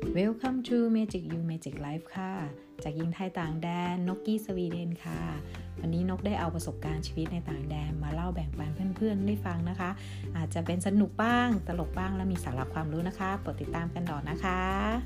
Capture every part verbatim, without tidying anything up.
Welcome to Magic You Magic Life ค่ะจากหญิงไทยต่างแดนนกกี้สวีเดนค่ะวันนี้นกได้เอาประสบการณ์ชีวิตในต่างแดนมาเล่าแบ่งปันเพื่อนๆได้ฟังนะคะอาจจะเป็นสนุกบ้างตลกบ้างและมีสาระความรู้นะคะโปรดติดตามกันต่อนะคะ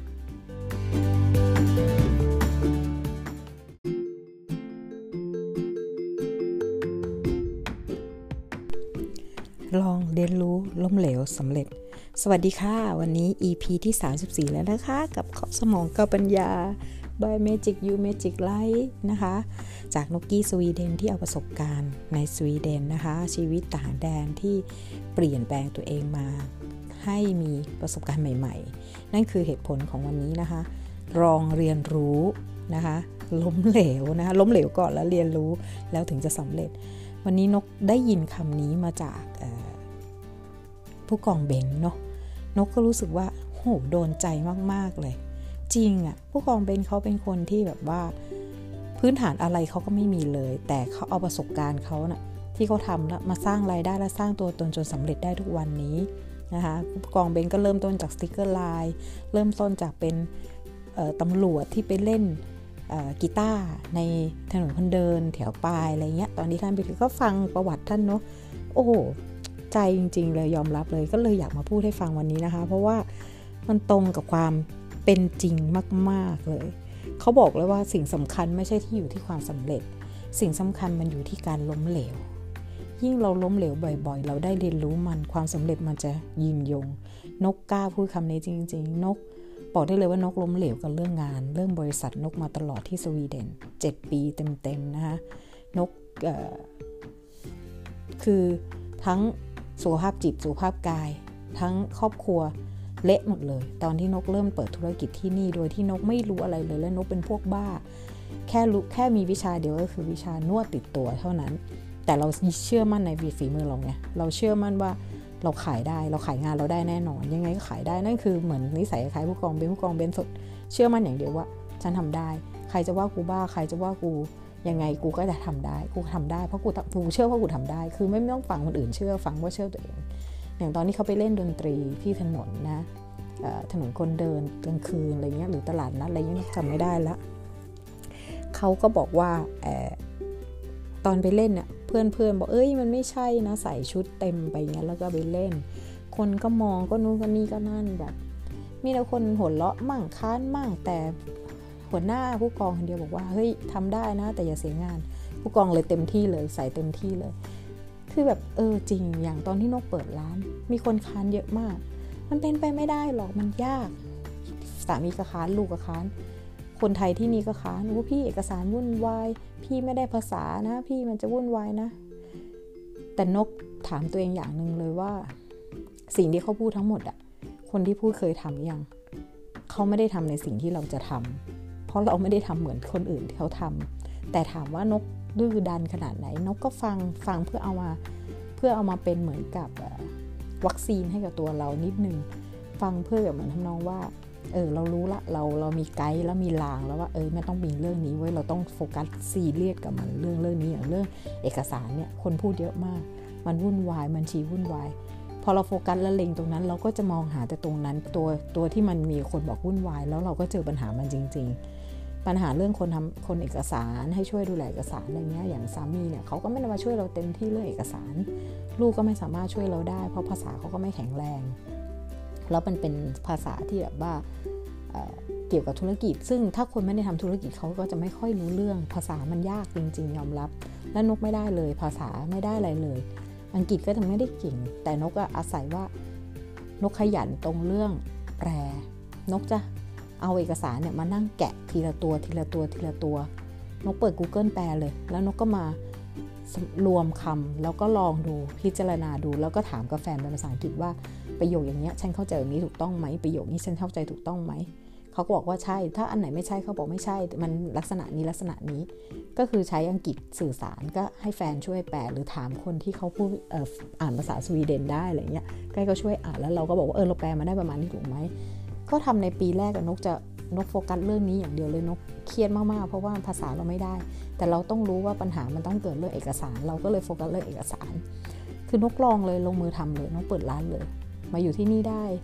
ลองเรียนรู้ล้มเหลวสำเร็จสวัสดีค่ะวันนี้ อี พี ที่สามสิบสี่แล้วนะคะกับสมองกับปัญญา by Magic You Magic Life นะคะจากนกกี้สวีเดนที่เอาประสบการณ์ในสวีเดนนะคะชีวิตต่างแดนที่เปลี่ยนแปลงตัวเองมาให้มีประสบการณ์ใหม่ๆนั่นคือเหตุผลของวันนี้นะคะลองเรียนรู้นะคะล้มเหลวนะคะล้มเหลวก่อนแล้วเรียนรู้แล้วถึงจะสำเร็จวันนี้นกได้ยินคำนี้มาจากผู้กองเบนเนาะนกก็รู้สึกว่าโหโดนใจมากๆเลยจริงอ่ะผู้กองเบนเขาเป็นคนที่แบบว่าพื้นฐานอะไรเขาก็ไม่มีเลยแต่เขาเอาประสบการณ์เขาน่ะที่เขาทำแล้วมาสร้างรายได้และสร้างตัวตนจนสำเร็จได้ทุกวันนี้นะคะผู้กองเบนก็เริ่มต้นจากสติ๊กเกอร์ไลน์เริ่มต้นจากเป็นตำรวจที่ไปเล่นกีตาร์ในถนนคนเดินแถวปลายอะไรเงี้ยตอนที่ท่านไปถึงก็ฟังประวัติท่านเนาะโอ้โหใจจริงๆเลยยอมรับเลยก็เลยอยากมาพูดให้ฟังวันนี้นะคะเพราะว่ามันตรงกับความเป็นจริงมากๆเลยเขาบอกเลยว่าสิ่งสำคัญไม่ใช่ที่อยู่ที่ความสำเร็จสิ่งสำคัญมันอยู่ที่การล้มเหลวยิ่งเราล้มเหลวบ่อยๆเราได้เรียนรู้มันความสำเร็จมันจะยืนยงนกกล้าพูดคำนี้จริงๆนกบอกได้เลยว่านกล้มเหลวกับเรื่องงานเรื่องบริษัทนกมาตลอดที่สวีเดนเจ็ดปีเต็มๆนะคะนกคือทั้งสุขภาพจิตสุขภาพกายทั้งครอบครัวเละหมดเลยตอนที่นกเริ่มเปิดธุรกิจที่นี่โดยที่นกไม่รู้อะไรเลยและนกเป็นพวกบ้าแค่รู้แค่มีวิชาเดียวก็คือวิชานวดติดตัวเท่านั้นแต่เราเชื่อมั่นในฝีมือเราไงเราเชื่อมั่นว่าเราขายได้เราขายงานเราได้แน่นอนยังไงก็ขายได้นั่นคือเหมือนนิสัยคล้ายผู้กองเบนผู้กองเบนสดเชื่อมั่นอย่างเดียวว่าฉันทำได้ใครจะว่ากูบ้าใครจะว่ากูยังไงกูก็จะทำได้กูทำได้เพราะกูกูเชื่อว่ากูทำได้คือไม่ต้องฟังคนอื่นเชื่อฟังว่าเชื่อตัวเองอย่างตอนนี้เขาไปเล่นดนตรีที่ถนนนะถนนคนเดินกลางคืนอะไรเงี้ยหรือตลาดนัดอะไรเงี้ยจำไม่ได้ละเขาก็บอกว่าตอนไปเล่นเนี่ยเพื่อนๆบอกเอ้ยมันไม่ใช่นะใส่ชุดเต็มไปเงี้ยแล้วก็ไปเล่นคนก็มองก็นู้นก็นี่ก็นั่นแบบมีแต่คนหัวเราะมั่งค้านมั่งแต่หัวหน้าผู้กองคนเดียวบอกว่าเฮ้ยทำได้นะแต่อย่าเสียงานผู้กองเลยเต็มที่เลยใส่เต็มที่เลยคือแบบเออจริงอย่างตอนที่นกเปิดร้านมีคนค้านเยอะมากมันเป็นไปไม่ได้หรอกมันยากสามีก็ค้านลูกก็ค้านคนไทยที่นี่ก็ค้านว่าพี่เอกสารวุ่นวายพี่ไม่ได้ภาษานะพี่มันจะวุ่นวายนะแต่นกถามตัวเองอย่างนึงเลยว่าสิ่งที่เขาพูดทั้งหมดอะคนที่พูดเคยทำยังเขาไม่ได้ทำในสิ่งที่เราจะทำเพราะเราไม่ได้ทำเหมือนคนอื่นที่เขาทำแต่ถามว่านกดื้อดันขนาดไหนนกก็ฟังฟังเพื่อเอามาเพื่อเอามาเป็นเหมือนกับวัคซีนให้กับตัวเรานิดนึงฟังเพื่อแบบเหมือนทำนองว่าเออเรารู้ละเราเรามีไกด์แล้วมีลางแล้วว่าเออไม่ต้องมีเรื่องนี้ไว้เราต้องโฟกัสซีเรียสกับมันเรื่องเรื่องนี้อย่างเรื่องเอกสารเนี่ยคนพูดเยอะมากมันวุ่นวายมันชี้วุ่นวายพอเราโฟกัสและเล็งตรงนั้นเราก็จะมองหาแต่ตรงนั้นตัวตัวที่มันมีคนบอกวุ่นวายแล้วเราก็เจอปัญหามันจริงๆปัญหาเรื่องคนทำคนเอกสารให้ช่วยดูแลเอกสารอะไรเงี้ยอย่างสามีเนี่ยเขาก็ไม่ได้มาช่วยเราเต็มที่เรื่องเอกสารลูกก็ไม่สามารถช่วยเราได้เพราะภาษาเขาก็ไม่แข็งแรงแล้วมันเป็นภาษาที่แบบว่า เ, เกี่ยวกับธุรกิจซึ่งถ้าคนไม่ได้ทำธุรกิจเขาก็จะไม่ค่อยรู้เรื่องภาษามันยากจริงๆยอมรับและนกไม่ได้เลยภาษาไม่ได้อะไรเลยอังกฤษก็จะไม่ได้เก่งแต่นกก็อาศัยว่านกขยันตรงเรื่องแปลนกจะเอาเอกสารเนี่ยมานั่งแกะทีละตัวทีละตัวทีละตัวนกเปิด Google แปลเลยแล้วนกก็มารวมคำแล้วก็ลองดูพิจารณาดูแล้วก็ถามกับแฟนเป็นภาษาอังกฤษว่าประโยคอย่างเงี้ยฉันเข้าใจแบบนี้ถูกต้องไหมประโยคนี้ฉันเข้าใจถูกต้องไหมเขาก็บอกว่าใช่ถ้าอันไหนไม่ใช่เขาบอกไม่ใช่มันลักษณะนี้ลักษณะนี้ก็คือใช้อังกฤษสื่อสารก็ให้แฟนช่วยแปลหรือถามคนที่เขาพูด เอ่อ อ่านภาษาสวีเดนได้อะไรเงี้ยใกล้ก็ช่วยอ่านแล้วเราก็บอกว่าเออเราแปลมาได้ประมาณนี้ถูกไหมก็ทำในปีแรกนกจะนกโฟกัสเรื่องนี้อย่างเดียวเลยนกเครียดมากๆเพราะว่าภาษาเราไม่ได้แต่เราต้องรู้ว่าปัญหามันต้องเกิดเรื่องเอกสารเราก็เลยโฟกัสเรื่องเอกสารคือนกลองเลยลงมือทำเลยนกเปิดร้านเลยมาอยู่ที่นี่ได้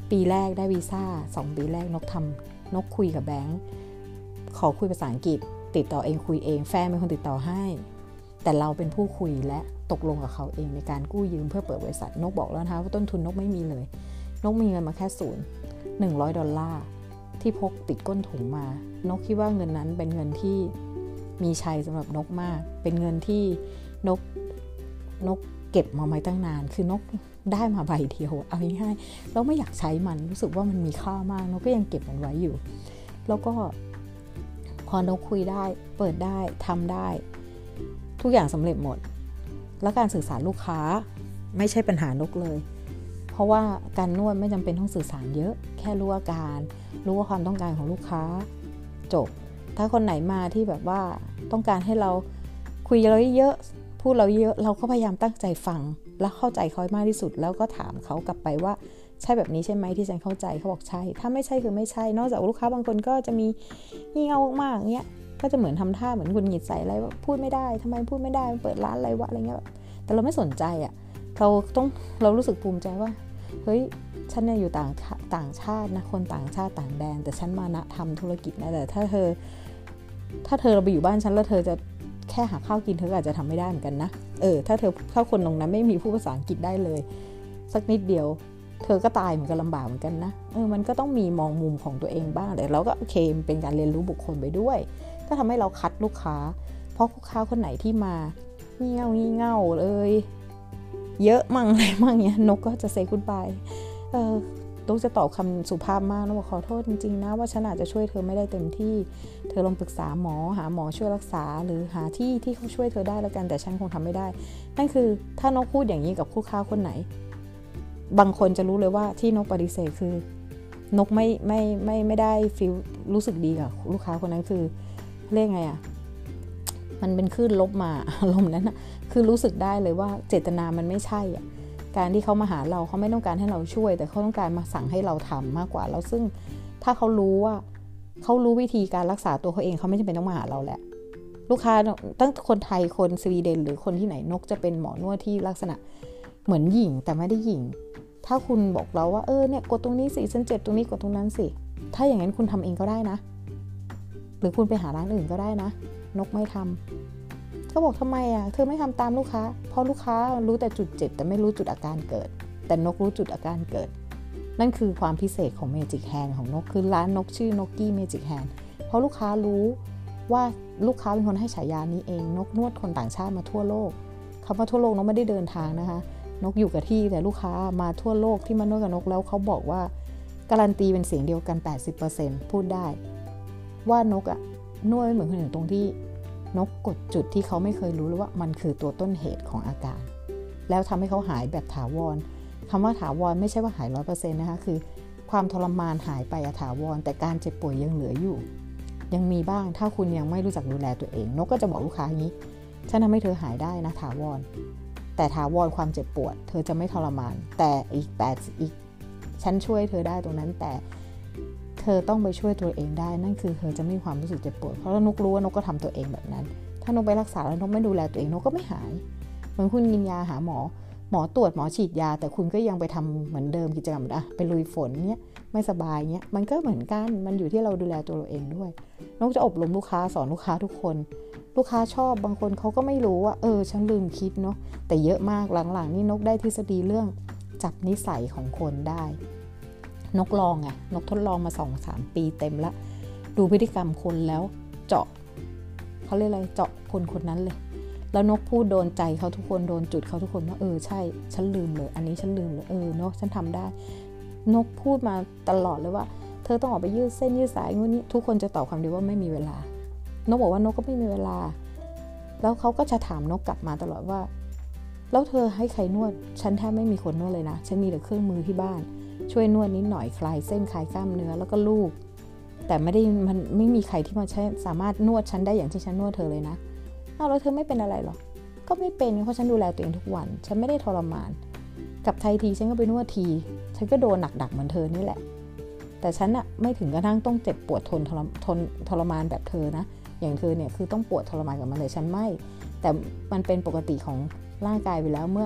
ปีแรกได้วีซ่าสองปีแรกนกทำนกคุยกับแบงค์ขอคุยภาษาอังกฤษติดต่อเองคุยเองแฟนเป็นคนติดต่อให้แต่เราเป็นผู้คุยและตกลงกับเขาเองในการกู้ยืมเพื่อเปิดบริษัทนกบอกแล้วนะคะว่าต้นทุนนกไม่มีเลยนกมีเงินมาแค่ศูนย์หนึ่งร้อยดอลลาร์ที่พกติดก้นถุงมานกคิดว่าเงินนั้นเป็นเงินที่มีชัยสำหรับนกมากเป็นเงินที่นกนกเก็บมาไม่ตั้งนานคือนกได้มาใบเดียวเอาง่ายๆแล้วไม่อยากใช้มันรู้สึกว่ามันมีค่ามากนกก็ยังเก็บมันไว้อยู่แล้วก็พอนกคุยได้เปิดได้ทำได้ทุกอย่างสำเร็จหมดแล้วการสื่อสารลูกค้าไม่ใช่ปัญหานกเลยเพราะว่าการนวดไม่จำเป็นต้องสื่อสารเยอะแค่รู้อาการรู้ว่าความต้องการของลูกค้าจบถ้าคนไหนมาที่แบบว่าต้องการให้เราคุยเราเยอะพูดเราเยอะเราก็พยายามตั้งใจฟังและเข้าใจเขามากที่สุดแล้วก็ถามเขากลับไปว่าใช่แบบนี้ใช่ไหมที่ฉันเข้าใจเขาบอกใช่ถ้าไม่ใช่คือไม่ใช่นอกจากลูกค้าบางคนก็จะมีงี่เง่ามากๆเงี้ยก็จะเหมือนทำท่าเหมือนคุณหงิดใส่อะไรว่าพูดไม่ได้ทำไมพูดไม่ได้เปิดร้านอะไรวะอะไรเงี้ยแต่เราไม่สนใจอ่ะเราต้องเรารู้สึกภูมิใจว่าเฮ้ยฉันเนี่ยอยู่ต่างต่างชาตินะคนต่างชาติต่างแดนแต่ฉันมานะทำธุรกิจนะแต่ถ้าเธอถ้าเธอเราไปอยู่บ้านฉันแล้วเธอจะแค่หาข้าวกินเธออาจจะทำไม่ได้เหมือนกันนะเออถ้าเธอถ้าคนตรงนั้นไม่มีผู้ภาษาอังกฤษได้เลยสักนิดเดียวเธอก็ตายเหมือนกันลำบากเหมือนกันนะเออมันก็ต้องมีมองมุมของตัวเองบ้างแต่เราก็โอเคเป็นการเรียนรู้บุคคลไปด้วยก็ทำให้เราคัดลูกค้าเพราะลูกค้าคนไหนที่มางี่เง่างี่เง่าเลยเยอะมั่งอะไรมั่งเนี้ยนกก็จะเซย์กู๊ดบายเออนกจะตอบคำสุภาพมากนกบอกขอโทษจริงๆนะว่าฉันอาจจะช่วยเธอไม่ได้เต็มที่เธอลองปรึกษาหมอหาหมอช่วยรักษาหรือหาที่ที่เขาช่วยเธอได้แล้วกันแต่ฉันคงทำไม่ได้นั่นคือถ้านกพูดอย่างนี้กับลูกค้าคนไหนบางคนจะรู้เลยว่าที่นกปฏิเสธคือนกไม่ไม่ไม่ไม่ได้ฟีลรู้สึกดีกับลูกค้าคนนั้นคือเรียกไงอ่ะมันเป็นคลื่นลบมาอารมณ์นั้นนะคือรู้สึกได้เลยว่าเจตนามันไม่ใช่อ่ะการที่เขามาหาเราเขาไม่ต้องการให้เราช่วยแต่เขาต้องการมาสั่งให้เราทำมากกว่าแล้วซึ่งถ้าเขารู้ว่าเขารู้วิธีการรักษาตัวเขาเองเขาไม่จำเป็นต้องมาหาเราแหละลูกค้าตั้งคนไทยคนสวีเดนหรือคนที่ไหนนกจะเป็นหมอนวดที่ลักษณะเหมือนหญิงแต่ไม่ได้หญิงถ้าคุณบอกเราว่าเออเนี่ยกดตรงนี้สิฉันเจ็บตรงนี้กดตรงนั้นสิถ้าอย่างนั้นคุณทำเองก็ได้นะหรือคุณไปหาร้านอื่นก็ได้นะนกไม่ทำเขาบอกทำไมอ่ะเธอไม่ทำตามลูกค้าเพราะลูกค้ารู้แต่จุดเจ็บแต่ไม่รู้จุดอาการเกิดแต่นกรู้จุดอาการเกิดนั่นคือความพิเศษของ Magic Hand ของนกคือร้านนกชื่อนกกี้ Magic Hand เพราะลูกค้ารู้ว่าลูกค้าเป็นคนให้ฉายานี้เองนกนวดคนต่างชาติมาทั่วโลกคำว่าทั่วโลกนกไม่ได้เดินทางนะคะนกอยู่กับที่แต่ลูกค้ามาทั่วโลกที่มานวดกับนกแล้วเขาบอกว่าการันตีเป็นเสียงเดียวกัน แปดสิบเปอร์เซ็นต์ พูดได้ว่านกอะนวดไม่เหมือนคนอื่นตรงที่นกกดจุดที่เขาไม่เคยรู้เลยว่ามันคือตัวต้นเหตุของอาการแล้วทำให้เขาหายแบบถาวรคำว่าถาวรไม่ใช่ว่าหาย ร้อยเปอร์เซ็นต์ นะคะคือความทรมานหายไปถาวรแต่การเจ็บป่วยยังเหลืออยู่ยังมีบ้างถ้าคุณยังไม่รู้จักดูแลตัวเองนกก็จะบอกลูกค้าอย่างนี้ฉันทำให้เธอหายได้นะถาวรแต่ถาวรความเจ็บปวดเธอจะไม่ทรมานแต่อีกแปดอีกฉันช่วยเธอได้ตรงนั้นแต่เธอต้องไปช่วยตัวเองได้นั่นคือเธอจะไม่มีความรู้สึกเจ็บปวดเพราะนกรู้ว่านกก็ทำตัวเองแบบนั้นถ้านกไปรักษาแล้วนกไม่ดูแลตัวเองนกก็ไม่หายเหมือนคุณกินยาหาหมอหมอตรวจหมอฉีดยาแต่คุณก็ยังไปทำเหมือนเดิมกิจกรรมอ่ะไปลุยฝนเนี้ยไม่สบายเนี้ยมันก็เหมือนกันมันอยู่ที่เราดูแลตัวเราเองด้วยนกจะอบรมลูกค้าสอนลูกค้าทุกคนลูกค้าชอบบางคนเขาก็ไม่รู้ว่าเออฉันลืมคิดเนาะแต่เยอะมากหลังๆนี่นกได้ทฤษฎีเรื่องจับนิสัยของคนได้นกลองไงนกทดลองมา สองถึงสาม ปีเต็มละดูพฤติกรรมคนแล้วเจาะเขาเรียกอะไรเจาะคนคนนั้นเลยแล้วนกพูดโดนใจเขาทุกคนโดนจุดเขาทุกคนว่าเออใช่ฉันลืมเลยอันนี้ฉันลืมเลยเออเนาะฉันทำได้นกพูดมาตลอดเลยว่าเธอต้องออกไปยืดเส้นยืดสายงูนี้ทุกคนจะตอบคำเดียวว่าไม่มีเวลานกบอกว่านกก็ไม่มีเวลาแล้วเขาก็จะถามนกกลับมาตลอดว่าแล้วเธอให้ใครนวดฉันแทบไม่มีคนนวดเลยนะฉันมีแต่เครื่องมือที่บ้านช่วยนวดนิดหน่อยคลายเส้นคลายกล้ามเนื้อแล้วก็ลูบแต่ไม่ได้มันไม่มีใครที่มาใช้สามารถนวดฉันได้อย่างที่ฉันนวดเธอเลยนะอ้าวแล้วเธอไม่เป็นอะไรหรอก็ไม่เป็นเพราะฉันดูแลตัวเองทุกวันฉันไม่ได้ทรมานกับไทยทีฉันก็ไปนวดทีฉันก็โดนหนักๆเหมือนเธอนี่แหละแต่ฉันอะไม่ถึงกระทั่งต้องเจ็บปวดทนทรทนทรมานแบบเธอนะอย่างเธอเนี่ยคือต้องปวดทรมานกับมันเลยฉันไม่แต่มันเป็นปกติของร่างกายไปแล้วเมื่อ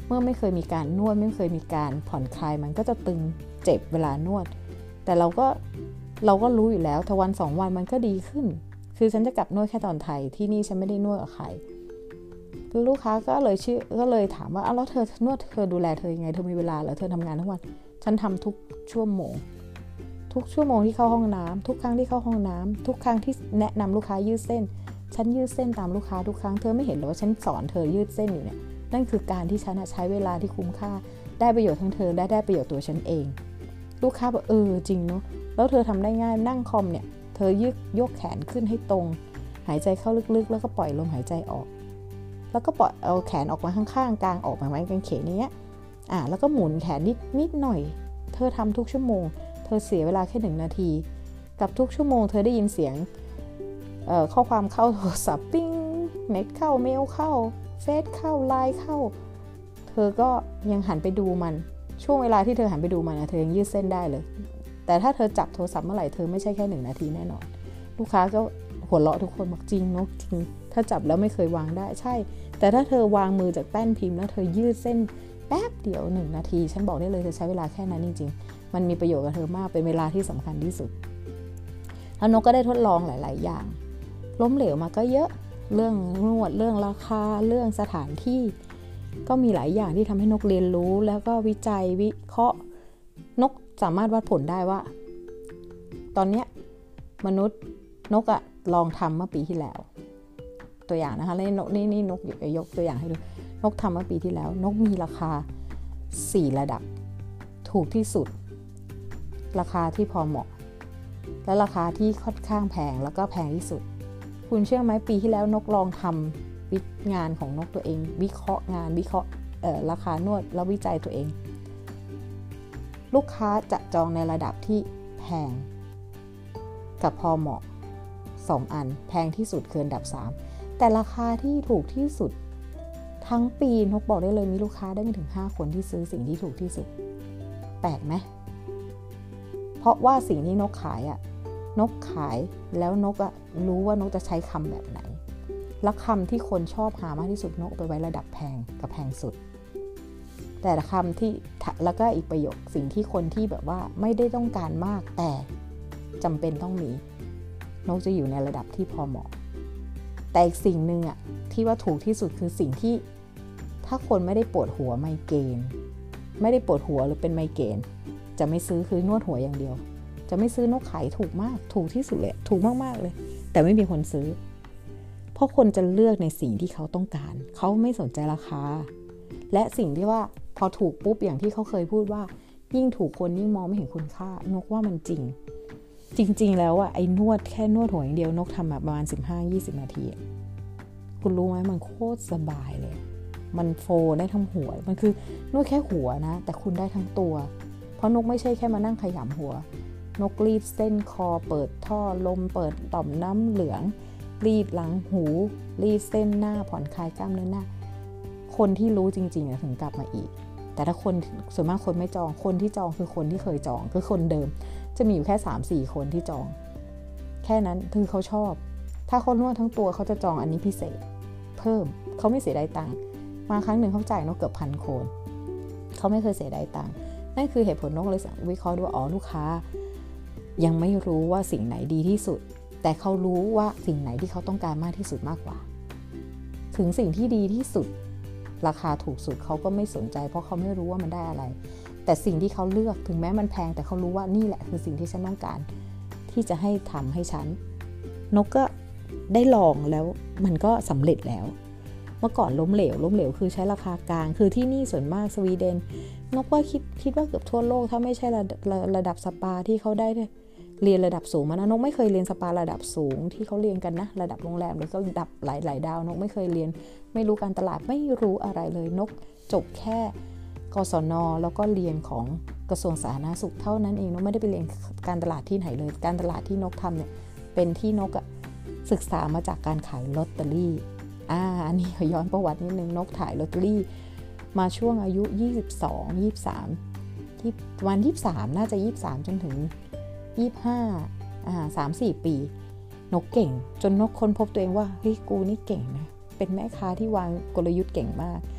มื่อไม่เคยมีการนวดไม่เคยมีการผ่อนคลายมันก็จะตึงเจ็บเวลานวดแต่เราก็เราก็รู้อยู่แล้วถ้าวันสองวันมันก็ดีขึ้นคือฉันจะกลับนวดแค่ตอนไทยที่นี่ฉันไม่ได้นวดกับใครลูกค้าก็เลยชื่อก็เลยถามว่าอ้าวแล้วเธอนวดเธอดูแลเธอยังไงเธอมีเวลาเหรอเธอทำงานทั้งวันฉันทำทุกชั่วโมงทุกชั่วโมงที่เข้าห้องน้ำทุกครั้งที่เข้าห้องน้ำทุกครั้งที่แนะนำลูกค้ายืดเส้นฉันยืดเส้นตามลูกค้าทุกครั้งเธอไม่เห็นหรอว่าฉันสอนเธอยืดเส้นอยู่เนี่ยนั่นคือการที่ฉันใช้เวลาที่คุ้มค่าได้ประโยชน์ทั้งเธอได้ได้ประโยชน์ตัวฉันเองลูกค้าบอกเออจริงเนาะแล้วเธอทำได้ง่ายนั่งคอมเนี่ยเธอยืดยกแขนขึ้นให้ตรงหายใจเข้าลึกๆแล้วก็ปล่อยลมหายใจออกแล้วก็ปล่อยเอาแขนออกมาข้างๆกลางออกมาไว้กางเขนนี้อ่าแล้วก็หมุนแขนนิดนิดหน่อยเธอทำทุกชั่วโมงเธอเสียเวลาแค่หนึ่งนาทีกับทุกชั่วโมงเธอได้ยินเสียงเอ่อข้อความเข้าโทรศัพท์ปิ้งเน็ตเข้าเมลเข้าเฟซเข้าไลน์เข้าเธอก็ยังหันไปดูมันช่วงเวลาที่เธอหันไปดูมันนะเธอยังยืดเส้นได้เลยแต่ถ้าเธอจับโทรศัพท์เมื่อไหร่เธอไม่ใช่แค่หนึ่งนาทีแน่นอนลูกค้าก็หัวเราะทุกคนบอกจริงเนาะจริงถ้าจับแล้วไม่เคยวางได้ใช่แต่ถ้าเธอวางมือจากแป้นพิมพ์แล้วเธอยืดเส้นแป๊บเดียวหนึ่งนาทีฉันบอกได้เลยเธอใช้เวลาแค่นั้นจริงๆมันมีประโยชน์กับเธอมากเป็นเวลาที่สำคัญที่สุดแล้วนกก็ได้ทดลองหลายๆอย่างล้มเหลวมาก็เยอะเรื่องนวดเรื่องราคาเรื่องสถานที่ก็มีหลายอย่างที่ทำให้นกเรียนรู้แล้วก็วิจัยวิเคราะห์นกสามารถวัดผลได้ว่าตอนนี้มนุษย์นกอะลองทำเมื่อปีที่แล้วตัวอย่างนะคะนี่นกนี่นี่นกยกตัวอย่างให้ดูนกทำเมื่อปีที่แล้วนกมีราคาสี่ระดับถูกที่สุดราคาที่พอเหมาะและราคาที่ค่อนข้างแพงแล้วก็แพงที่สุดคุณเชื่อไหมปีที่แล้วนกลองทำวิงานของนกตัวเองวิเคราะห์งานวิเคราะห์เอ่อราคานวดแล้ววิจัยตัวเองลูกค้าจะจองในระดับที่แพงกับพอเหมาะสองอันแพงที่สุดคืออันดับสามแต่ราคาที่ถูกที่สุดทั้งปีนกบอกได้เลยมีลูกค้าได้ไม่ถึงห้าคนที่ซื้อสิ่งที่ถูกที่สุดแปลกไหมเพราะว่าสิ่งที่นกขายอะนกขายแล้วนกอะรู้ว่านกจะใช้คำแบบไหนแล้วคำที่คนชอบหามากที่สุดนกไปไว้ระดับแพงกับแพงสุดแต่คำที่แล้วก็อีกประโยคสิ่งที่คนที่แบบว่าไม่ได้ต้องการมากแต่จำเป็นต้องมีนกจะอยู่ในระดับที่พอเหมาะแต่อีกสิ่งหนึ่งอะที่ว่าถูกที่สุดคือสิ่งที่ถ้าคนไม่ได้ปวดหัวไมเกรนไม่ได้ปวดหัวหรือเป็นไมเกรนจะไม่ซื้อคือนวดหัวอย่างเดียวจะไม่ซื้อนกขายถูกมากถูกที่สุดเลยถูกมากๆเลยแต่ไม่มีคนซื้อเพราะคนจะเลือกในสิ่งที่เขาต้องการเขาไม่สนใจราคาและสิ่งที่ว่าพอถูกปุ๊บอย่างที่เขาเคยพูดว่ายิ่งถูกคนยิ่งมองไม่เห็นคุณค่านกว่ามันจริงจริงๆแล้วอะไอ้นวดแค่นวดหัวอย่างเดียวนกทำมาประมาณ สิบห้าถึงยี่สิบ นาทีคุณรู้ไหมมันโคตรสบายเลยมันโฟได้ทั้งหัวมันคือนวดแค่หัวนะแต่คุณได้ทั้งตัวเพราะนกไม่ใช่แค่มานั่งขยำหัวนกรีดเส้นคอเปิดท่อลมเปิดต่อมน้ำเหลืองรีดหลังหูรีดเส้นหน้าผ่อนคลายกล้ามเนื้อหน้าคนที่รู้จริงๆถึงกลับมาอีกแต่ถ้าคนส่วนมากคนไม่จองคนที่จองคือคนที่เคยจองคือคนเดิมจะมีอยู่แค่ สามถึงสี่ คนที่จองแค่นั้นคือเขาชอบถ้าเขานวดทั้งตัวเขาจะจองอันนี้พิเศษเพิ่มเขาไม่เสียดายตังค์มาครั้งหนึ่งเขาจ่ายนกเกือบพันโคนเขาไม่เคยเสียดายตังค์นั่นคือเหตุผลนกเลยวิเคราะห์ดูว่าอ๋อลูกค้ายังไม่รู้ว่าสิ่งไหนดีที่สุดแต่เขารู้ว่าสิ่งไหนที่เขาต้องการมากที่สุดมากกว่าถึงสิ่งที่ดีที่สุดราคาถูกสุดเขาก็ไม่สนใจเพราะเขาไม่รู้ว่ามันได้อะไรแต่สิ่งที่เขาเลือกถึงแม้มันแพงแต่เขารู้ว่านี่แหละคือสิ่งที่ฉันต้องการที่จะให้ทำให้ฉันนกก็ได้ลองแล้วมันก็สำเร็จแล้วเมื่อก่อนล้มเหลวล้มเหลวคือใช้ราคากลางคือที่นี่ส่วนมากสวีเดนนกว่าคิดคิดว่าเกือบทั่วโลกถ้าไม่ใช่ระระระดับสปาที่เขาได้เรียนระดับสูงมานะนกไม่เคยเรียนสปาระดับสูงที่เขาเรียนกันนะระดับโรงแรมหรือก็ระดับหลายหลายดาวนกไม่เคยเรียนไม่รู้การตลาดไม่รู้อะไรเลยนกจบแค่กศน.แล้วก็เรียนของกระทรวงสาธารณสุขเท่านั้นเองนกไม่ได้ไปเรียนการตลาดที่ไหนเลยการตลาดที่นกทำเนี่ยเป็นที่นกอะศึกษามาจากการขายลอตเตอรี่อ่าอันนี้ย้อนประวัตินิดนึงนกขายลอตเตอรี่มาช่วงอายุยี่สิบสอง ยี่สิบสามที่วันยี่สิบสามน่าจะยี่สิบสามจนถึงยี่สิบห้าอ่า สามถึงสี่ ปีนกเก่งจนนกค้นพบตัวเองว่าเฮ้ยกูนี่เก่งนะเป็นแม่ค้าที่วางกลยุทธ์เก่งมาก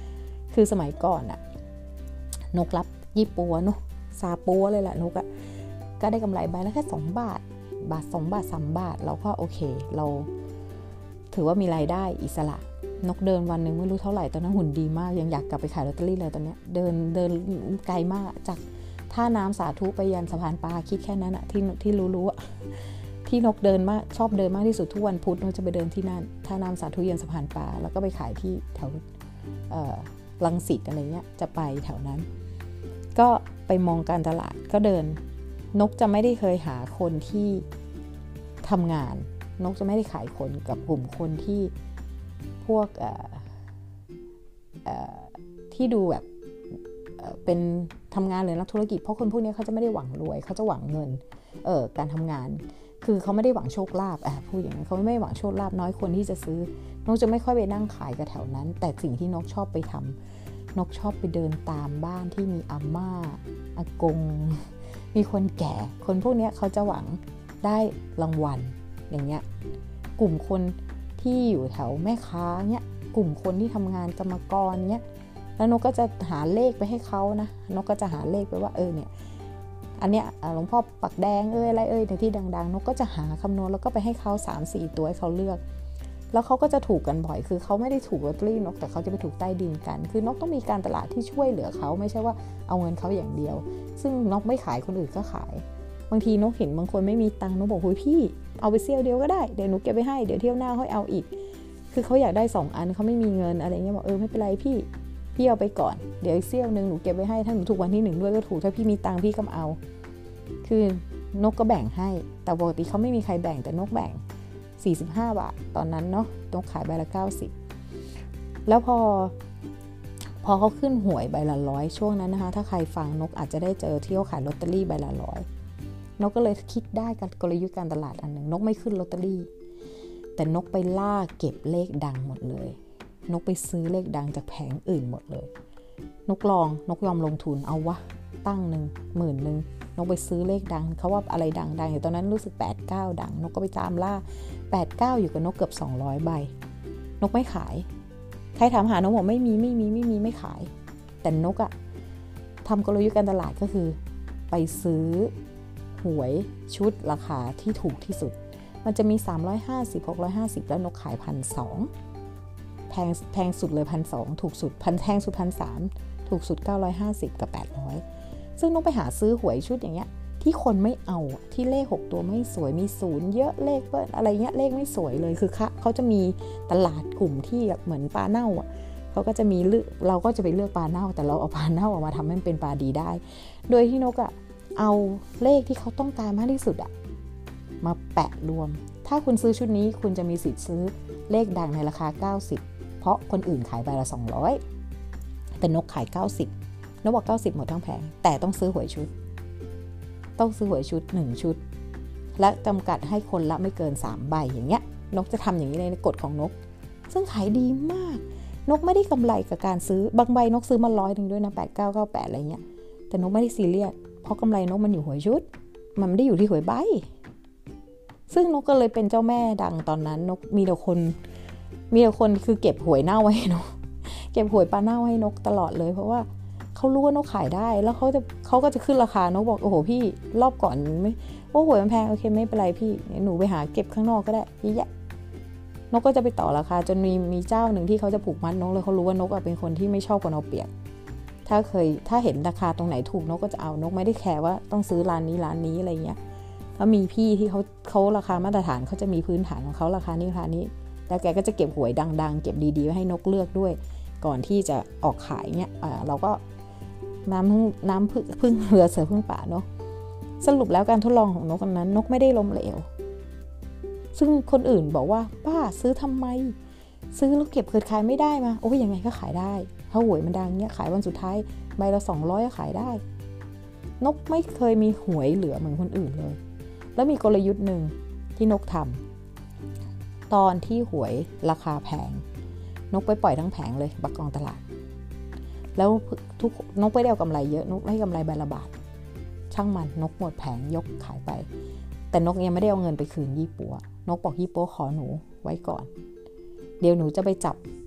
คือสมัยก่อนอะนกรับยี่ปัวเนาะซาปัวเลยแหละนกอะก็ได้กำไรใบละแค่สองบาทบาทสองบาทสามบาทเราก็โอเคเราถือว่ามีรายได้อิสระนกเดินวันหนึ่งไม่รู้เท่าไหร่ตอนนั้นหุ่นดีมากยังอยากกลับไปขายลอตเตอรี่เลยตอนนี้เดินเดินไกลมากจากท่าน้ำสาธุไปยันสะพานปลาคิดแค่นั้นอะที่ที่รู้ๆอะที่นกเดินมากชอบเดินมากที่สุดทุกวันพุธนกจะไปเดินที่นั่นท่าน้ำสาธุยันสะพานปลาแล้วก็ไปขายที่แถวรังสิตอะไรเงี้ยจะไปแถวนั้นก็ไปมองการตลาดก็เดินนกจะไม่ได้เคยหาคนที่ทำงานนกจะไม่ได้ขายคนกับกลุ่มคนที่พวกเอ่อเอ่อที่ดูแบบเอ่อเป็นทำงานหรือนักธุรกิจเพราะคนพวกนี้เขาจะไม่ได้หวังรวยเขาจะหวังเงินเอ่อการทำงานคือเขาไม่ได้หวังโชคลาภอ่ะพูดอย่างนั้นเขาไม่หวังโชคลาภน้อยคนที่จะซื้อนกจะไม่ค่อยไปนั่งขายกับแถวนั้นแต่สิ่งที่นกชอบไปทำนกชอบไปเดินตามบ้านที่มีอาม่าอากงมีคนแก่คนพวกนี้เขาจะหวังได้รางวัลอย่างเงี้ยกลุ่มคนที่อยู่แถวแม่ค้าเนี้ยกลุ่มคนที่ทำงานกรรมกรเนี้ยแล้วนกก็จะหาเลขไปให้เขานะนกก็จะหาเลขไปว่าเออเนี่ยอันเนี้ยหลวงพ่อปักแดงเอ้ยอะไรเอ้ยในที่ดังๆนกก็จะหาคำนวณแล้วก็ไปให้เขา สามสี่ ตัวให้เขาเลือกแล้วเขาก็จะถูกกันบ่อยคือเขาไม่ได้ถูกลอตเตอรี่นกแต่เขาจะไปถูกใต้ดินกันคือนกต้องมีการตลาดที่ช่วยเหลือเขาไม่ใช่ว่าเอาเงินเขาอย่างเดียวซึ่งนกไม่ขายคนอื่นก็ขายบางทีนกเห็นบางคนไม่มีตังค์นกบอกเฮ้ยพี่เอาไปเซี่ยวเดียวก็ได้เดี๋ยวหนูเก็บไปให้เดี๋ยวเที่ยวหน้าค่อยเอาอีกคือเขาอยากได้สองอันเขาไม่มีเงินอะไรเงี้ยบอกเออไม่เป็นไรพี่พี่เอาไปก่อนเดี๋ยวอีกเซี่ยวนึงหนูเก็บไว้ให้ถ้าหนูถูกวันที่หนึ่งด้วยก็ถูกถ้าพี่มีตังค์พี่ก็เอาคือนกก็แบ่งให้แต่ปกติเขาไม่มีใครแบ่งแต่นกแบ่งสี่สิบห้าบาทตอนนั้นเนาะนกขายใบละเก้าสิบแล้วพอพอเขาขึ้นหวยใบละร้อยช่วงนั้นนะคะถ้าใครฟังนกอาจจะได้เจอที่เขาขายลอตเตอรี่ใบละร้อยนกก็เลยคิดได้กับกลยุทธ์การตลาดอันหนึ่งนกไม่ขึ้นลอตเตอรี่แต่นกไปล่าเก็บเลขดังหมดเลยนกไปซื้อเลขดังจากแผงอื่นหมดเลยนกลองนกยอมลงทุนเอาวะตั้งหนึ่งหมื่นหนึ่งนกไปซื้อเลขดังเขาว่าอะไรดังดังอยู่ตอนนั้นรู้สึกแปดเก้าดังนกก็ไปตามล่าแปดเก้าอยู่กับนกเกือบสองร้อยใบนกไม่ขายใครถามหานกบอกไม่มีไม่มีไม่มีไม่ขายแต่นกอะทำกลยุทธ์การตลาดก็คือไปซื้อหวยชุดราคาที่ถูกที่สุดมันจะมีสามร้อยห้าสิบ หกร้อยห้าสิบแล้วนกขาย หนึ่งพันสองร้อย แพงแพงสุดเลย หนึ่งพันสองร้อย ถูกสุดพันแพงสุด หนึ่งพันสามร้อย ถูกสุดเก้าร้อยห้าสิบกับแปดร้อยซึ่งนกไปหาซื้อหวยชุดอย่างเงี้ยที่คนไม่เอาที่เลขหกตัวไม่สวยมีศูนย์เยอะเลขเปิ้ลอะไรเงี้ยเลขไม่สวยเลยคือเขาจะมีตลาดกลุ่มที่แบบเหมือนปลาเน่าอ่ะเขาก็จะมีเลือกเราก็จะไปเลือกปลาเน่าแต่เราเอาปลาเน่าออกมาทำให้มันเป็นปลาดีได้โดยที่นกอ่ะเอาเลขที่เขาต้องการมากที่สุดอ่ะมาแปะรวมถ้าคุณซื้อชุดนี้คุณจะมีสิทธิ์ซื้อเลขดังในราคาเก้าสิบเพราะคนอื่นขายใบละสองร้อยแต่นกขายเก้าสิบนกบอกเก้าสิบหมดทั้งแผงแต่ต้องซื้อหวยชุดต้องซื้อหวยชุดหนึ่งชุดและจำกัดให้คนละไม่เกินสามใบอย่างเงี้ยนกจะทำอย่างนี้ในกฎของนกซึ่งขายดีมากนกไม่ได้กำไรกับการซื้อบางใบนกซื้อมาร้อยนึงด้วยนะแปดเก้าเก้าแปดอะไรเงี้ยแต่นกไม่ได้ซีเรียสเพราะกำไรนกมันอยู่หวยชุดมันไม่ได้อยู่ที่หวยใบซึ่งนกก็เลยเป็นเจ้าแม่ดังตอนนั้นนกมีแต่คนมีแต่คนคือเก็บหวยเน่าไว้นกเก็บหวยปลาเน่าให้นกตลอดเลยเพราะว่าเขารู้ว่านกขายได้แล้วเขาจะเขาก็จะขึ้นราคานกบอกโอ้โหพี่รอบก่อนไม่โอ้หวยมันแพงโอเคไม่เป็นไรพี่หนูไปหาเก็บข้างนอกก็ได้พี่แยะนกก็จะไปต่อราคาจนมีมีเจ้าหนึ่งที่เขาจะผูกมัดนกเลยเขารู้ว่านกเป็นคนที่ไม่ชอบคนเอาเปรียบถ้าเคยถ้าเห็นราคาตรงไหนถูกนกก็จะเอานกไม่ได้แคร์ว่าต้องซื้อร้านนี้ร้านนี้อะไรเงี้ยแล้วมีพี่ที่เขาเขาราคามาตรฐานเขาจะมีพื้นฐานของเขาราคานี้ราคานี้แล้วแกก็จะเก็บหวยดังๆเก็บดีๆไว้ให้นกเลือกด้วยก่อนที่จะออกขายเงี้ยเราก็น้ำน้ำพึ่งพึ่งเรือเสือพึ่งป่าเนาะสรุปแล้วการทดลองของนกนั้นนกไม่ได้ล้มเหลวซึ่งคนอื่นบอกว่าป้าซื้อทำไมซื้อแล้วเก็บเกิดขายไม่ได้มาโอ้ยยังไงก็ขายได้ถ้าหวยมันดังเงี้ยขายวันสุดท้ายใบละสองร้อยก็ขายได้นกไม่เคยมีหวยเหลือเหมือนคนอื่นเลยแล้วมีกลยุทธ์หนึ่งที่นกทำตอนที่หวยราคาแพงนกไปปล่อยทั้งแผงเลยบักกองตลาดแล้วทุกนกไม่ได้เอากำไรเยอะนกให้กำไรใบละบาทช่างมันนกหมดแผงยกขายไปแต่นกยังไม่ได้เอาเงินไปคืนยี่ปัวนกบอกยี่ปัวขอหนูไว้ก่อนเดี๋ยวหนูจะไปจับห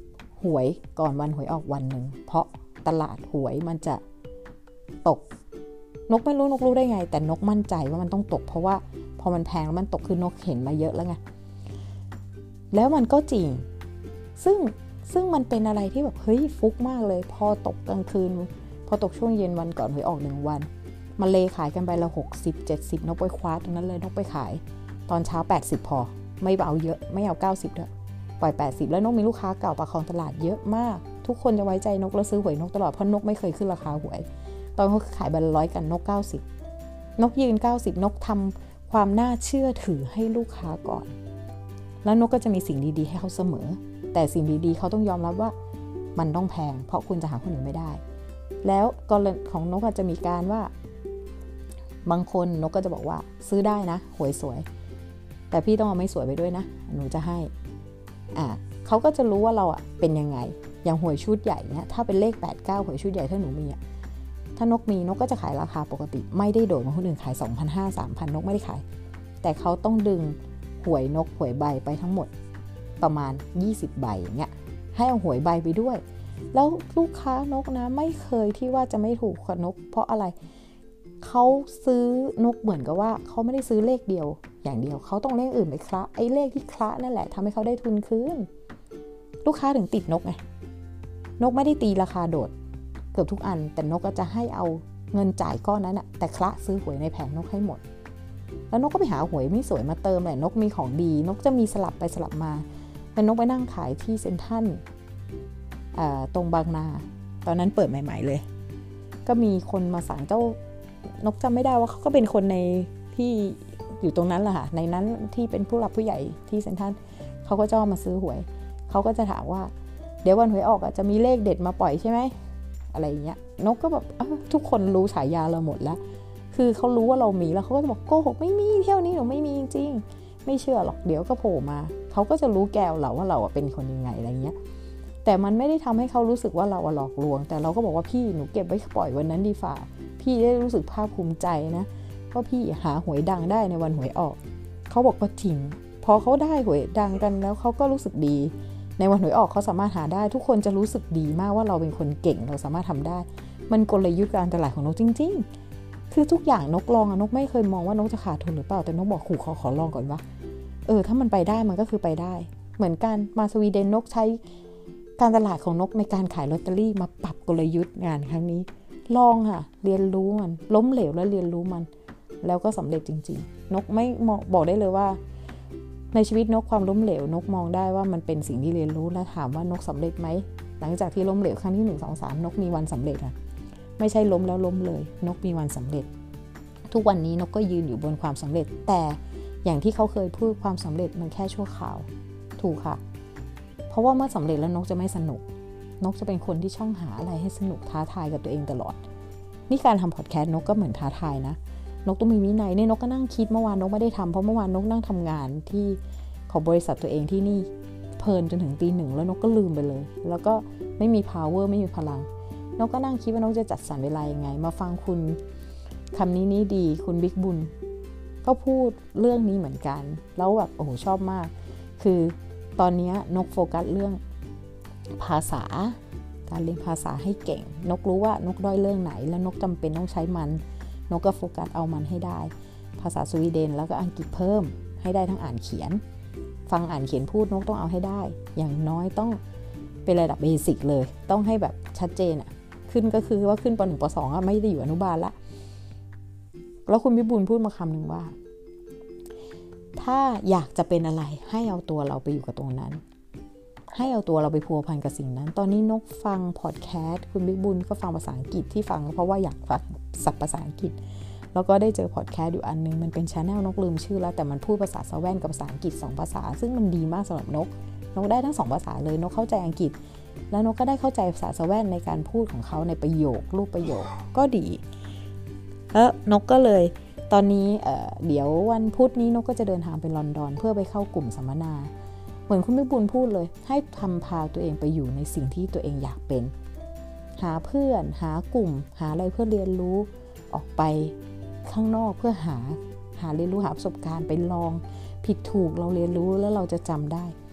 หวยก่อนวันหวยออกวันหนึ่งเพราะตลาดหวยมันจะตกนกไม่รู้นกรู้ได้ไงแต่นกมั่นใจว่ามันต้องตกเพราะว่าพอมันแพงแล้วมันตกคือนกเห็นมาเยอะแล้วไงแล้วมันก็จริงซึ่งซึ่งมันเป็นอะไรที่แบบเฮ้ยฟุกมากเลยพอตกกลางคืนพอตกช่วงเย็นวันก่อนหวยออกหนึ่งวันมาเลขายกันไปละหกสิบ เจ็ดสิบนกไปคว้าตรงนั้นเลยนกไปขายตอนเช้าแปดสิบพอไม่เอาเยอะไม่เอาเก้าสิบด้วยปล่อยแปดสิบแล้วนกมีลูกค้าเก่าประคองตลาดเยอะมากทุกคนจะไว้ใจนกแล้วซื้อหวยนกตลอดเพราะนกไม่เคยขึ้นราคาหวยตอนเขาขายใบละร้อยกันนกเก้าสิบนกยืนเก้าสิบนกทำความน่าเชื่อถือให้ลูกค้าก่อนแล้วนกก็จะมีสิ่งดีๆให้เขาเสมอแต่สิ่งดีๆเขาต้องยอมรับว่ามันต้องแพงเพราะคุณจะหาคนอื่นไม่ได้แล้วกรณีของนกอาจจะมีการว่าบางคนนกก็จะบอกว่าซื้อได้นะหวยสวยแต่พี่ต้องเอาไม่สวยไปด้วยนะหนูจะให้อ่าเขาก็จะรู้ว่าเราอ่ะเป็นยังไงอย่างหวยชุดใหญ่เนี่ยถ้าเป็นเลขแปด เก้าหวยชุดใหญ่ถ้าหนูมีอ่ะถ้านกมีนกก็จะขายราคาปกติไม่ได้โดดเหมือนคนอื่นขาย สองพันห้าร้อย สามพัน นกไม่ได้ขายแต่เขาต้องดึงหวยนกหวยใบไปทั้งหมดประมาณยี่สิบใบอย่างเงี้ยให้เอาหวยใบไปด้วยแล้วลูกค้านกนะไม่เคยที่ว่าจะไม่ถูกกับนกเพราะอะไรเขาซื้อนกเหมือนกับว่าเขาไม่ได้ซื้อเลขเดียวอย่างเดียวเขาต้องเลขอื่นไปคละไอ้เลขที่คละนั่นแหละทำให้เขาได้ทุนคืนลูกค้าถึงติดนกไงนกไม่ได้ตีราคาโดดเกือบทุกอันแต่นกก็จะให้เอาเงินจ่ายก้อนนั้นอะแต่คละซื้อหวยในแผงนกให้หมดแล้วนกก็ไปหาหวยไม่สวยมาเติมแหละนกมีของดีนกจะมีสลับไปสลับมาแล้วนกไปนั่งขายที่เซ็นทรัลตรงบางนาตอนนั้นเปิดใหม่ๆเลยก็มีคนมาสั่งเจ้านกจำไม่ได้ว่าเขาก็เป็นคนในที่อยู่ตรงนั้นแหละค่ะในนั้นที่เป็นผู้หลักผู้ใหญ่ที่เซ็นทรัลเขาก็จะมาซื้อหวยเขาก็จะถามว่าเดี๋ยววันหวยออกจะมีเลขเด็ดมาปล่อยใช่ไหมอะไรอย่างเงี้ยนกก็แบบทุกคนรู้ฉายาเราหมดแล้วคือเขารู้ว่าเรามีแล้วเขาก็จะบอกโกหกไม่มีเที่ยวนี้หนูไม่มีจริงๆไม่เชื่อหรอกเดี๋ยวก็โผล่มาเขาก็จะรู้แก้วเราว่าเราเป็นคนยังไงอะไรเงี้ยแต่มันไม่ได้ทำให้เขารู้สึกว่าเราหลอกลวงแต่เราก็บอกว่าพี่หนูเก็บไว้ปล่อยวันนั้นดีฝ่าพี่ได้รู้สึกภาคภูมิใจนะว่าพี่หาหวยดังได้ในวันหวยออกเขาบอกว่าจริงพอเขาได้หวยดังกันแล้วเขาก็รู้สึกดีในวันหวยออกเขาสามารถหาได้ทุกคนจะรู้สึกดีมากว่าเราเป็นคนเก่งเราสามารถทำได้มันกลยุทธ์การตลาดของนกจริงๆคือทุกอย่างนกลองอะนกไม่เคยมองว่านกจะขาดทุนหรือเปล่าแต่นกบอกขู่ขอขอลองก่อนว่าเออถ้ามันไปได้มันก็คือไปได้เหมือนกันมาสวีเดนนกใช้การตลาดของนกในการขายลอตเตอรี่มาปรับกลยุทธ์งานครั้งนี้ลองค่ะเรียนรู้มันล้มเหลวแล้วเรียนรู้มันแล้วก็สำเร็จจริงๆนกไม่บอกได้เลยว่าในชีวิตนกความล้มเหลวนกมองได้ว่ามันเป็นสิ่งที่เรียนรู้และถามว่านกสำเร็จไหมหลังจากที่ล้มเหลวครั้งที่หนึ่ง สอง สามนกมีวันสำเร็จค่ะไม่ใช่ล้มแล้วล้มเลยนกมีวันสำเร็จทุกวันนี้นกก็ยืนอยู่บนความสำเร็จแต่อย่างที่เขาเคยพูดความสำเร็จมันแค่ชั่วคราวถูกค่ะเพราะว่าเมื่อสำเร็จแล้วนกจะไม่สนุกนกจะเป็นคนที่ช่องหาอะไรให้สนุกท้าทายกับตัวเองตลอดนี่การทำพอดแคสต์นกก็เหมือนท้าทายนะนกต้องมีวินัยเนี่ยนกก็นั่งคิดเมื่อวานนกไม่ได้ทำเพราะเมื่อวานนกนั่งทำงานที่ของบริษัทตัวเองที่นี่เพลินจนถึงตีหนึ่งแล้วนกก็ลืมไปเลยแล้วก็ไม่มี power ไม่มีพลังนกก็นั่งคิดว่านกจะจัดสรรเวลายังไงมาฟังคุณคำนี้นี้ดีคุณบิ๊กบุญก็พูดเรื่องนี้เหมือนกันแล้วแบบโอ้โหชอบมากคือตอนนี้นกโฟกัสเรื่องภาษาการเรียนภาษาให้เก่งนกรู้ว่านกด้อยเรื่องไหนแล้วนกจำเป็นต้องใช้มันนกก็โฟกัสเอามันให้ได้ภาษาสวีเดนแล้วก็อังกฤษเพิ่มให้ได้ทั้งอ่านเขียนฟังอ่านเขียนพูดนกต้องเอาให้ได้อย่างน้อยต้องเป็นระดับเบสิกเลยต้องให้แบบชัดเจนอ่ะขึ้นก็คือว่าขึ้นป หนึ่ง ป สอง อ่ะไม่ได้อยู่อนุบาลละแล้วคุณวิบูลย์พูดมาคำหนึ่งว่าถ้าอยากจะเป็นอะไรให้เอาตัวเราไปอยู่กับตรงนั้นให้เอาตัวเราไปพัวพันกับสิ่งนั้นตอนนี้นกฟังพอดแคสต์คุณบิ๊กบุญก็ฟังภาษาอังกฤษที่ฟังเพราะว่าอยากฟังศัพท์ภาษาอังกฤษแล้วก็ได้เจอพอดแคสต์อยู่อันนึงมันเป็น channel นกลืมชื่อแล้วแต่มันพูดภาษาสแวนกับภาษาอังกฤษสองภาษาซึ่งมันดีมากสำหรับนกนกได้ทั้งสองภาษาเลยนกเข้าใจอังกฤษแล้วนกก็ได้เข้าใจภาษาสแวนในการพูดของเขาในประโยครูปประโยคก็ดีแล้วนกก็เลยตอนนี้เอ่อเดี๋ยววันพุธนี้นกก็จะเดินทางไปลอนดอนเพื่อไปเข้ากลุ่มสัมมนาเหมือนคุณบิ๊กบุญพูดเลยให้ทำพาตัวเองไปอยู่ในสิ่งที่ตัวเองอยากเป็นหาเพื่อนหากลุ่มหาอะไรเพื่อเรียนรู้ออกไปข้างนอกเพื่อหาหาเรียนรู้หาประสบการณ์ไปลองผิดถูกเราเรียนรู้แล้วเราจะจำได้พ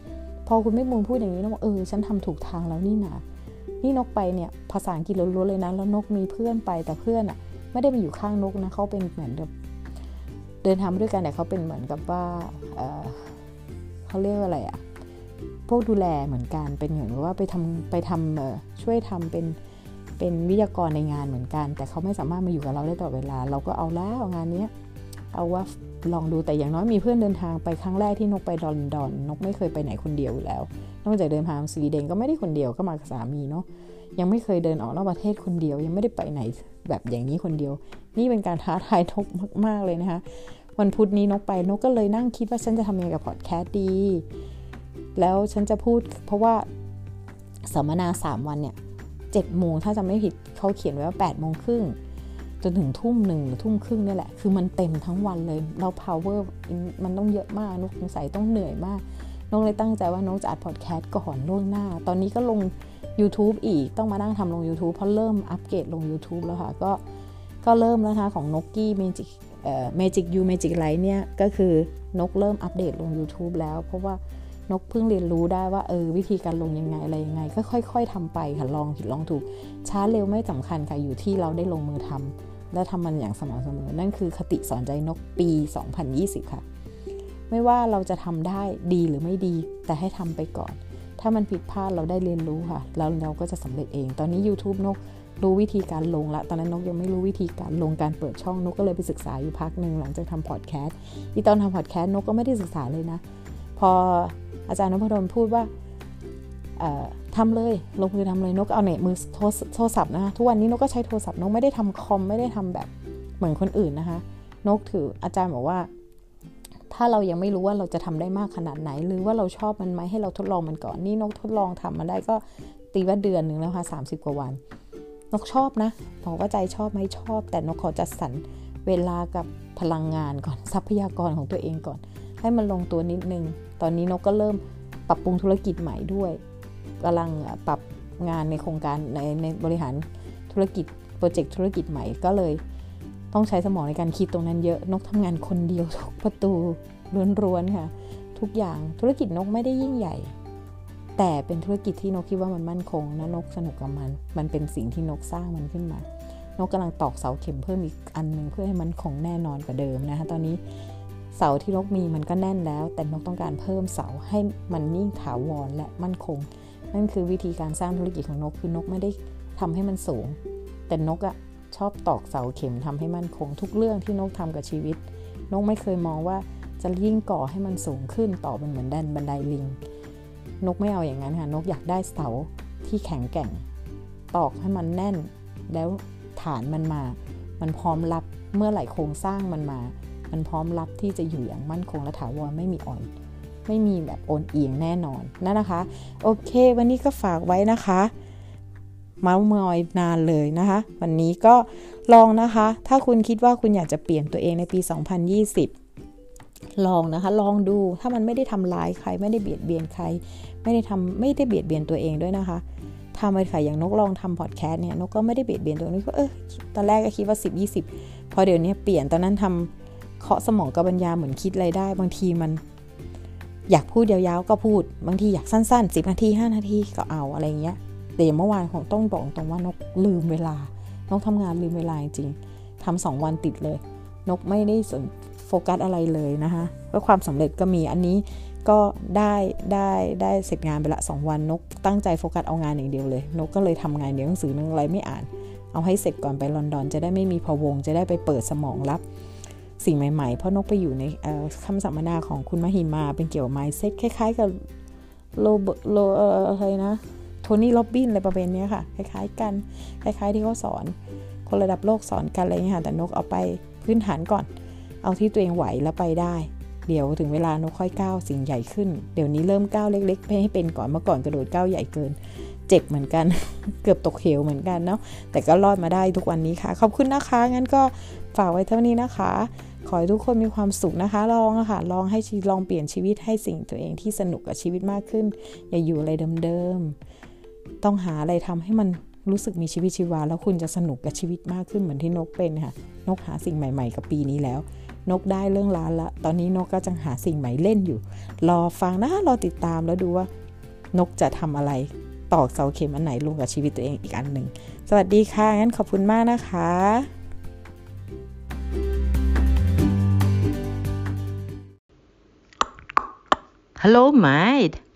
อคุณไม่มูลพูดอย่างนี้นกเออฉันทำถูกทางแล้วนี่นะนี่นกไปเนี่ยภาษาอังกฤษล้วนๆเลยนะแล้วนกมีเพื่อนไปแต่เพื่อนอ่ะไม่ได้มาอยู่ข้างนกนะเขาเป็นเหมือนแบบเดินทางด้วยกันแต่เขาเป็นเหมือนกับว่า เอ่อ เขาเรียกว่าอะไรอ่ะพวกดูแลเหมือนกันเป็นเหมือนว่าไปทำไปทำช่วยทำเป็นเป็นวิทยากรในงานเหมือนกันแต่เขาไม่สามารถมาอยู่กับเราได้ตลอดเวลาเราก็เอาแล้วงานนี้เอาว่าลองดูแต่อย่างน้อยมีเพื่อนเดินทางไปครั้งแรกที่นกไปลอนดอนนกไม่เคยไปไหนคนเดียวอยู่แล้วนอกจากเดินทางสวีเดนก็ไม่ได้คนเดียวก็มากับสามีเนาะยังไม่เคยเดินออกนอกประเทศคนเดียวยังไม่ได้ไปไหนแบบอย่างนี้คนเดียวนี่เป็นการท้าทายนกมากๆเลยนะคะวันพุธนี้นกไปนกก็เลยนั่งคิดว่าฉันจะทำยังไงกับพอดแคสต์ดีแล้วฉันจะพูดเพราะว่าสัมมนาสามวันเนี่ยเจ็ดโมงถ้าจะไม่ผิดเขาเขียนไว้ว่าแปดโมงครึ่งจนถึงทุ่มหนึ่งทุ่มครึ่งนี่แหละคือมันเต็มทั้งวันเลยเรา power มันต้องเยอะมากนกสงสัยต้องเหนื่อยมากนกเลยตั้งใจว่านกจะอัดพอดแคสต์ก่อนล่วงหน้าตอนนี้ก็ลง YouTube อีกต้องมานั่งทำลง YouTube เพราะเริ่มอัปเกรดลง YouTube แล้วค่ะก็ก็เริ่มแล้วนะคะของนกกี้ Magic เอ่อ Magic You Magic Life เนี่ยก็คือนกเริ่มอัปเดตลง YouTube แล้วเพราะว่านกเพิ่งเรียนรู้ได้ว่าเออวิธีการลงยังไงอะไรยังไงก็ค่อยๆทำไปค่ะลองผิดลองถูกช้าเร็วไม่สำคัญค่ะอยู่ที่เราได้ลงมือทำและทำมันอย่างสม่ำเสมอนั่นคือคติสอนใจนกปีสองพันยี่สิบค่ะไม่ว่าเราจะทำได้ดีหรือไม่ดีแต่ให้ทำไปก่อนถ้ามันผิดพลาดเราได้เรียนรู้ค่ะแล้วเราก็จะสำเร็จเองตอนนี้ YouTube นกรู้วิธีการลงละตอนนั้นนกยังไม่รู้วิธีการลงการเปิดช่องนกก็เลยไปศึกษาอยู่พักนึงหลังจากทำพอดแคสต์ที่ตอนทำพอดแคสต์นกก็ไม่ได้ศึกษาเลยนะพออาจารย์นพดลพูดว่าทำเลยลงมือทำเลยนกเอาเน็ตมือโทรศัพท์นะคะทุกวันนี้นกก็ใช้โทรศัพท์นกไม่ได้ทำคอมไม่ได้ทำแบบเหมือนคนอื่นนะคะนกถืออาจารย์บอกว่าถ้าเรายังไม่รู้ว่าเราจะทำได้มากขนาดไหนหรือว่าเราชอบมันไหมให้เราทดลองมันก่อนนี่นกทดลองทำมาได้ก็ตีว่าเดือนหนึ่งแล้วค่ะสามสิบกว่าวันนกชอบนะบอกว่าใจชอบไหมชอบแต่นกขอจัดสรรเวลากับพลังงานก่อนทรัพยากรของตัวเองก่อนให้มันลงตัวนิดนึงตอนนี้นกก็เริ่มปรับปรุงธุรกิจใหม่ด้วยกำลังปรับงานในโครงการในในบริหารธุรกิจโปรเจกต์ธุรกิจใหม่ก็เลยต้องใช้สมองในการคิดตรงนั้นเยอะนกทำงานคนเดียวทุกประตูล้วนๆค่ะทุกอย่างธุรกิจนกไม่ได้ยิ่งใหญ่แต่เป็นธุรกิจที่นกคิดว่ามันมั่นคงนะนกสนุกกับมันมันเป็นสิ่งที่นกสร้างมันขึ้นมานกกำลังตอกเสาเข็มเพิ่มอีกอันนึงเพื่อให้มันคงแน่นอนกว่าเดิมนะคะตอนนี้เสาที่นกมีมันก็แน่นแล้วแต่นกต้องการเพิ่มเสาให้มันยิ่งถาวรและมั่นคงนั่นคือวิธีการสร้างธุรกิจของนกคือนกไม่ได้ทำให้มันสูงแต่นกอะชอบตอกเสาเข็มทำให้มั่นคงทุกเรื่องที่นกทำกับชีวิตนกไม่เคยมองว่าจะยิ่งก่อให้มันสูงขึ้นต่อเป็นเหมือนดันบันไดลิงนกไม่เอาอย่างนั้นค่ะนกอยากได้เสาที่แข็งแกร่งตอกให้มันแน่นแล้วฐานมันมามันพร้อมรับเมื่อไหร่โครงสร้างมันมามันพร้อมรับที่จะอยู่อย่างมั่นคงและถาวรไม่มีอ่อนไม่มีแบบโอนเอียงแน่นอนนั่นนะคะโอเควันนี้ก็ฝากไว้นะคะเมาส์มอยนานเลยนะคะวันนี้ก็ลองนะคะถ้าคุณคิดว่าคุณอยากจะเปลี่ยนตัวเองในปีสองพันยี่สิบลองนะคะลองดูถ้ามันไม่ได้ทำร้ายใครไม่ได้เบียดเบียนใครไม่ได้ทำไม่ได้เบียดเบียนตัวเองด้วยนะคะทำไปค่ะอย่างนกลองทำพอดแคสต์เนี่ยนกก็ไม่ได้เบียดเบียนตัวเองก็เออตอนแรกก็คิดว่าสิบ ยี่สิบพอเดี๋ยวนี้เปลี่ยนตอนนั้นทำเคาะสมองกับปัญญาเหมือนคิดอะไรได้บางทีมันอยากพูดยาวๆก็พูดบางทีอยากสั้นๆสิบนาทีห้านาทีก็เอาอะไรเงี้ยแต่เมื่อวานของต้องบอกตรงว่านกลืมเวลานกทำงานลืมเวลาจริงทำสองวันติดเลยนกไม่ได้สนโฟกัสอะไรเลยนะคะแล้วความสำเร็จก็มีอันนี้ก็ได้ได้ได้เสร็จงานไปละสองวันนกตั้งใจโฟกัสเอางานอย่างเดียวเลยนกก็เลยทำงานเดี๋ยวหนังสือนึงอะไรไม่อ่านเอาให้เสร็จก่อนไปลอนดอนจะได้ไม่มีพะวงจะได้ไปเปิดสมองรับสิ่งใหม่ๆเพราะนกไปอยู่ในคำสัมมนาของคุณมหิมาเป็นเกี่ยวกับ mindset คล้ายๆกับโลโลอะไรนะโทนี่โรบบินอะไรประเภทนี้ค่ะคล้ายๆกันคล้ายๆที่เขาสอนคนระดับโลกสอนกันอะไรอย่างเงี้ยค่ะแต่นกเอาไปพื้นฐานก่อนเอาที่ตัวเองไหวแล้วไปได้เดี๋ยวถึงเวลานกค่อยก้าวสิ่งใหญ่ขึ้นเดี๋ยวนี้เริ่มก้าวเล็กๆให้เป็นก่อนเมื่อก่อนกระโดดก้าวใหญ่เกินเจ็บเหมือนกัน เกือบตกเหวเหมือนกันเนาะแต่ก็รอดมาได้ทุกวันนี้ค่ะขอบคุณนะคะงั้นก็ฝากไว้เท่านี้นะคะขอให้ทุกคนมีความสุขนะคะลองอะค่ะลองให้ลองเปลี่ยนชีวิตให้สิ่งตัวเองที่สนุกกับชีวิตมากขึ้นอย่าอยู่อะไรเดิมๆต้องหาอะไรทำให้มันรู้สึกมีชีวิตชีวาแล้วคุณจะสนุกกับชีวิตมากขึ้นเหมือนที่นกเป็นค่ะนกหาสิ่งใหม่ๆกับปีนี้แล้วนนกได้เรื่องร้านละตอนนี้นกก็จะหาสิ่งใหม่เล่นอยู่รอฟังนะรอติดตามแล้วดูว่านกจะทำอะไรตอกเสาเข็มอันไหนลงกับชีวิตตัวเองอีกอันหนึ่งสวัสดีค่ะงั้นขอบคุณมากนะคะ Hello, mate.